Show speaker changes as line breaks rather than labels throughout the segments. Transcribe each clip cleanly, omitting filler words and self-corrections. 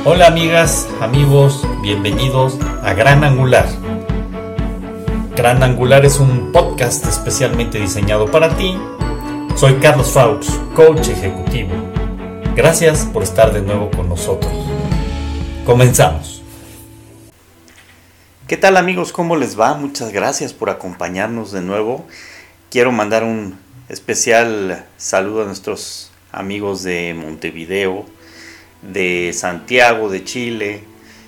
Hola amigas, amigos, bienvenidos a Gran Angular. Gran Angular es un podcast especialmente diseñado para ti. Soy Carlos Faux, coach ejecutivo. Gracias por estar de nuevo con nosotros. Comenzamos. ¿Qué tal amigos? ¿Cómo les va? Muchas gracias por acompañarnos de nuevo. Quiero mandar un especial saludo a nuestros amigos de Montevideo, de Santiago de Chile,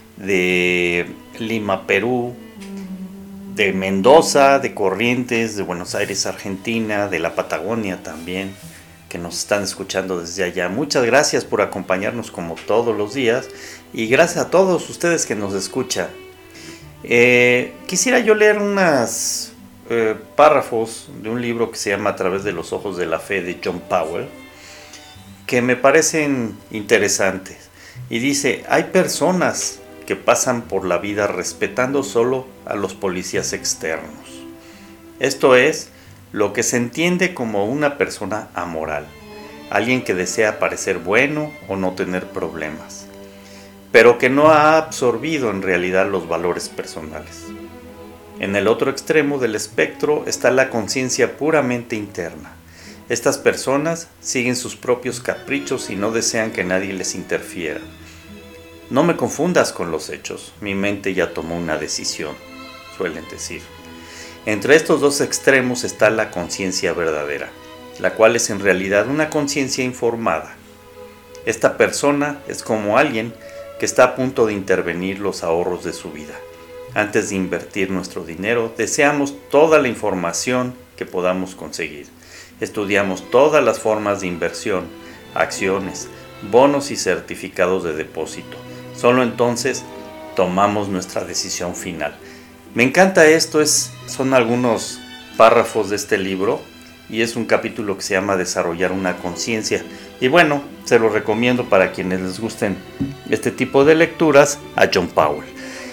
de Lima, Perú, de Mendoza, de Corrientes, de Buenos Aires, Argentina, de la Patagonia también, que nos están escuchando desde allá. Muchas gracias por acompañarnos como todos los días y gracias a todos ustedes que nos escuchan. Quisiera yo leer unos párrafos de un libro que se llama A través de los ojos de la fe de John Powell, que me parecen interesantes. Y dice: hay personas que pasan por la vida respetando solo a los policías externos. Esto es lo que se entiende como una persona amoral, alguien que desea parecer bueno o no tener problemas, pero que no ha absorbido en realidad los valores personales. En el otro extremo del espectro está la conciencia puramente interna. Estas personas siguen sus propios caprichos y no desean que nadie les interfiera. No me confundas con los hechos, mi mente ya tomó una decisión, suelen decir. Entre estos dos extremos está la conciencia verdadera, la cual es en realidad una conciencia informada. Esta persona es como alguien que está a punto de intervenir los ahorros de su vida. Antes de invertir nuestro dinero, deseamos toda la información que podamos conseguir. Estudiamos todas las formas de inversión, acciones, bonos y certificados de depósito. Solo entonces tomamos nuestra decisión final. Me encanta esto, son algunos párrafos de este libro y es un capítulo que se llama Desarrollar una conciencia. Y bueno, se lo recomiendo para quienes les gusten este tipo de lecturas a John Powell.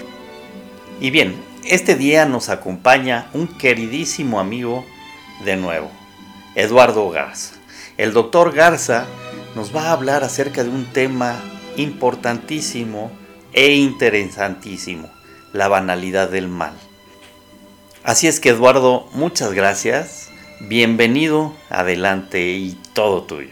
Y bien, este día nos acompaña un queridísimo amigo de nuevo, Eduardo Garza. El doctor Garza nos va a hablar acerca de un tema importantísimo e interesantísimo: la banalidad del mal. Así es que Eduardo, muchas gracias, bienvenido, adelante y todo tuyo.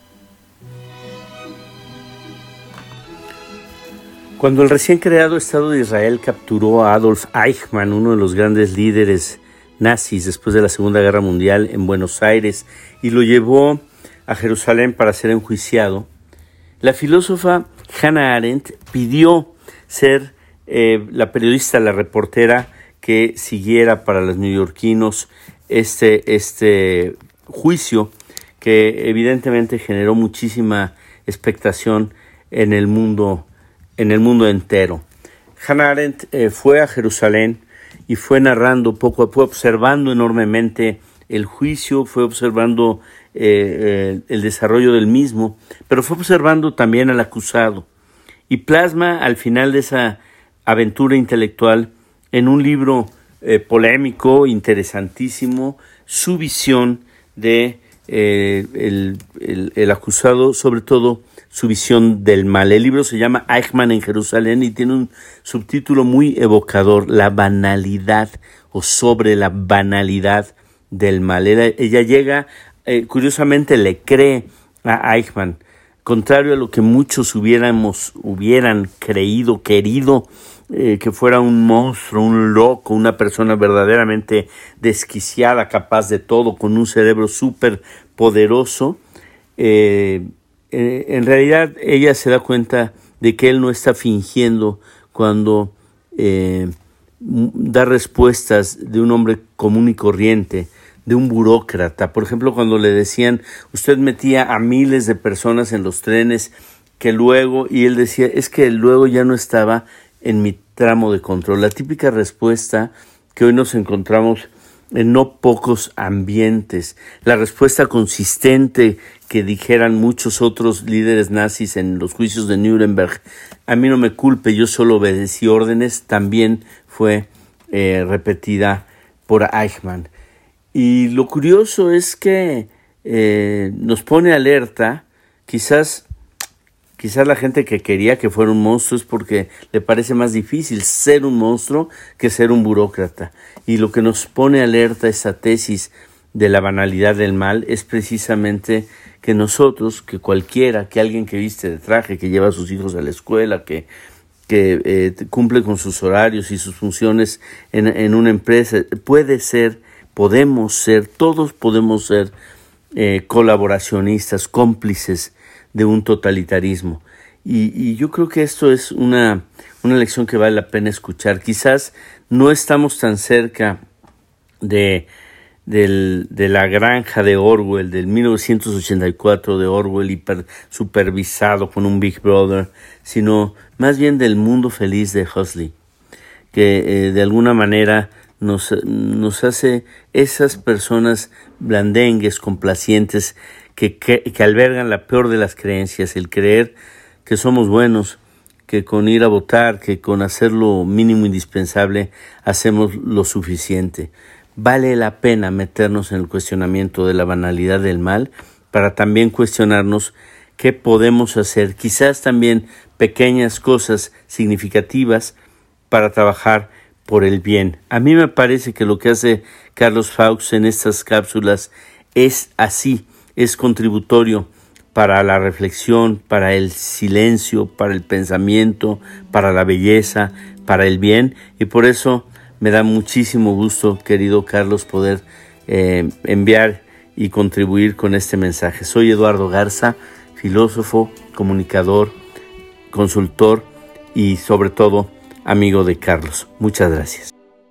Cuando el recién creado Estado de Israel capturó a Adolf Eichmann, uno de los grandes líderes nazis después de la Segunda Guerra Mundial, en Buenos Aires, y lo llevó a Jerusalén para ser enjuiciado, la filósofa Hannah Arendt pidió ser la periodista, la reportera que siguiera para los neoyorquinos este juicio, que evidentemente generó muchísima expectación en el mundo entero. Hannah Arendt fue a Jerusalén y fue narrando fue observando enormemente el juicio, fue observando el desarrollo del mismo, pero fue observando también al acusado y plasma al final de esa aventura intelectual en un libro polémico, interesantísimo, su visión de el acusado, sobre todo su visión del mal. El libro se llama Eichmann en Jerusalén y tiene un subtítulo muy evocador: la banalidad o sobre la banalidad del mal. Ella llega, curiosamente le cree a Eichmann, contrario a lo que muchos hubieran creído, querido, que fuera un monstruo, un loco, una persona verdaderamente desquiciada, capaz de todo, con un cerebro súper poderoso. En realidad ella se da cuenta de que él no está fingiendo cuando da respuestas de un hombre común y corriente, de un burócrata. Por ejemplo, cuando le decían: usted metía a miles de personas en los trenes, que luego, y él decía: es que luego ya no estaba en mi tramo de control. La típica respuesta que hoy nos encontramos en no pocos ambientes. La respuesta consistente que dijeran muchos otros líderes nazis en los juicios de Nuremberg: a mí no me culpe, yo solo obedecí órdenes, también fue repetida por Eichmann. Y lo curioso es que nos pone alerta, quizás Quizás la gente que quería que fuera un monstruo es porque le parece más difícil ser un monstruo que ser un burócrata. Y lo que nos pone alerta esa tesis de la banalidad del mal es precisamente que nosotros, que cualquiera, que alguien que viste de traje, que lleva a sus hijos a la escuela, que cumple con sus horarios y sus funciones en una empresa, todos podemos ser colaboracionistas, cómplices de un totalitarismo. Y yo creo que esto es una lección que vale la pena escuchar. Quizás no estamos tan cerca de la granja de Orwell, del 1984 de Orwell, supervisado con un Big Brother, sino más bien del mundo feliz de Huxley, que de alguna manera nos hace esas personas blandengues, complacientes, que albergan la peor de las creencias, el creer que somos buenos, que con ir a votar, que con hacer lo mínimo indispensable hacemos lo suficiente. Vale la pena meternos en el cuestionamiento de la banalidad del mal para también cuestionarnos qué podemos hacer, quizás también pequeñas cosas significativas para trabajar por el bien. A mí me parece que lo que hace Carlos Fuchs en estas cápsulas es así, es contributorio para la reflexión, para el silencio, para el pensamiento, para la belleza, para el bien, y por eso me da muchísimo gusto, querido Carlos, poder enviar y contribuir con este mensaje. Soy Eduardo Garza, filósofo, comunicador, consultor y sobre todo amigo de Carlos. Muchas gracias.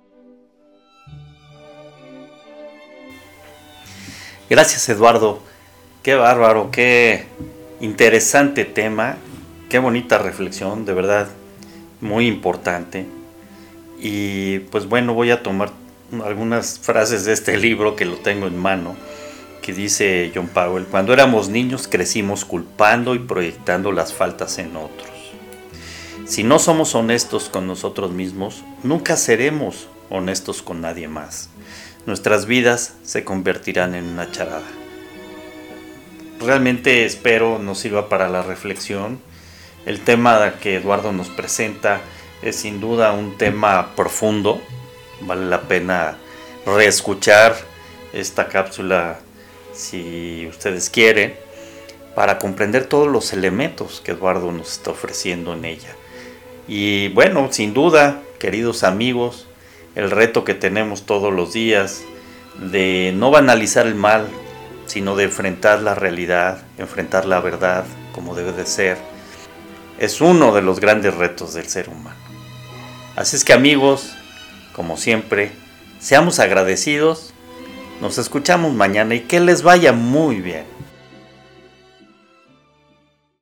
Gracias, Eduardo. Qué bárbaro, qué interesante tema, qué bonita reflexión, de verdad, muy importante. Y pues bueno, voy a tomar algunas frases de este libro que lo tengo en mano, que dice John Powell: cuando éramos niños crecimos culpando y proyectando las faltas en otros. Si no somos honestos con nosotros mismos, nunca seremos honestos con nadie más. Nuestras vidas se convertirán en una charada. Realmente espero nos sirva para la reflexión. El tema que Eduardo nos presenta es sin duda un tema profundo. Vale la pena reescuchar esta cápsula si ustedes quieren, para comprender todos los elementos que Eduardo nos está ofreciendo en ella. Y bueno, sin duda, queridos amigos, el reto que tenemos todos los días de no banalizar el mal, sino de enfrentar la realidad, enfrentar la verdad como debe de ser, es uno de los grandes retos del ser humano. Así es que, amigos, como siempre, seamos agradecidos, nos escuchamos mañana y que les vaya muy bien.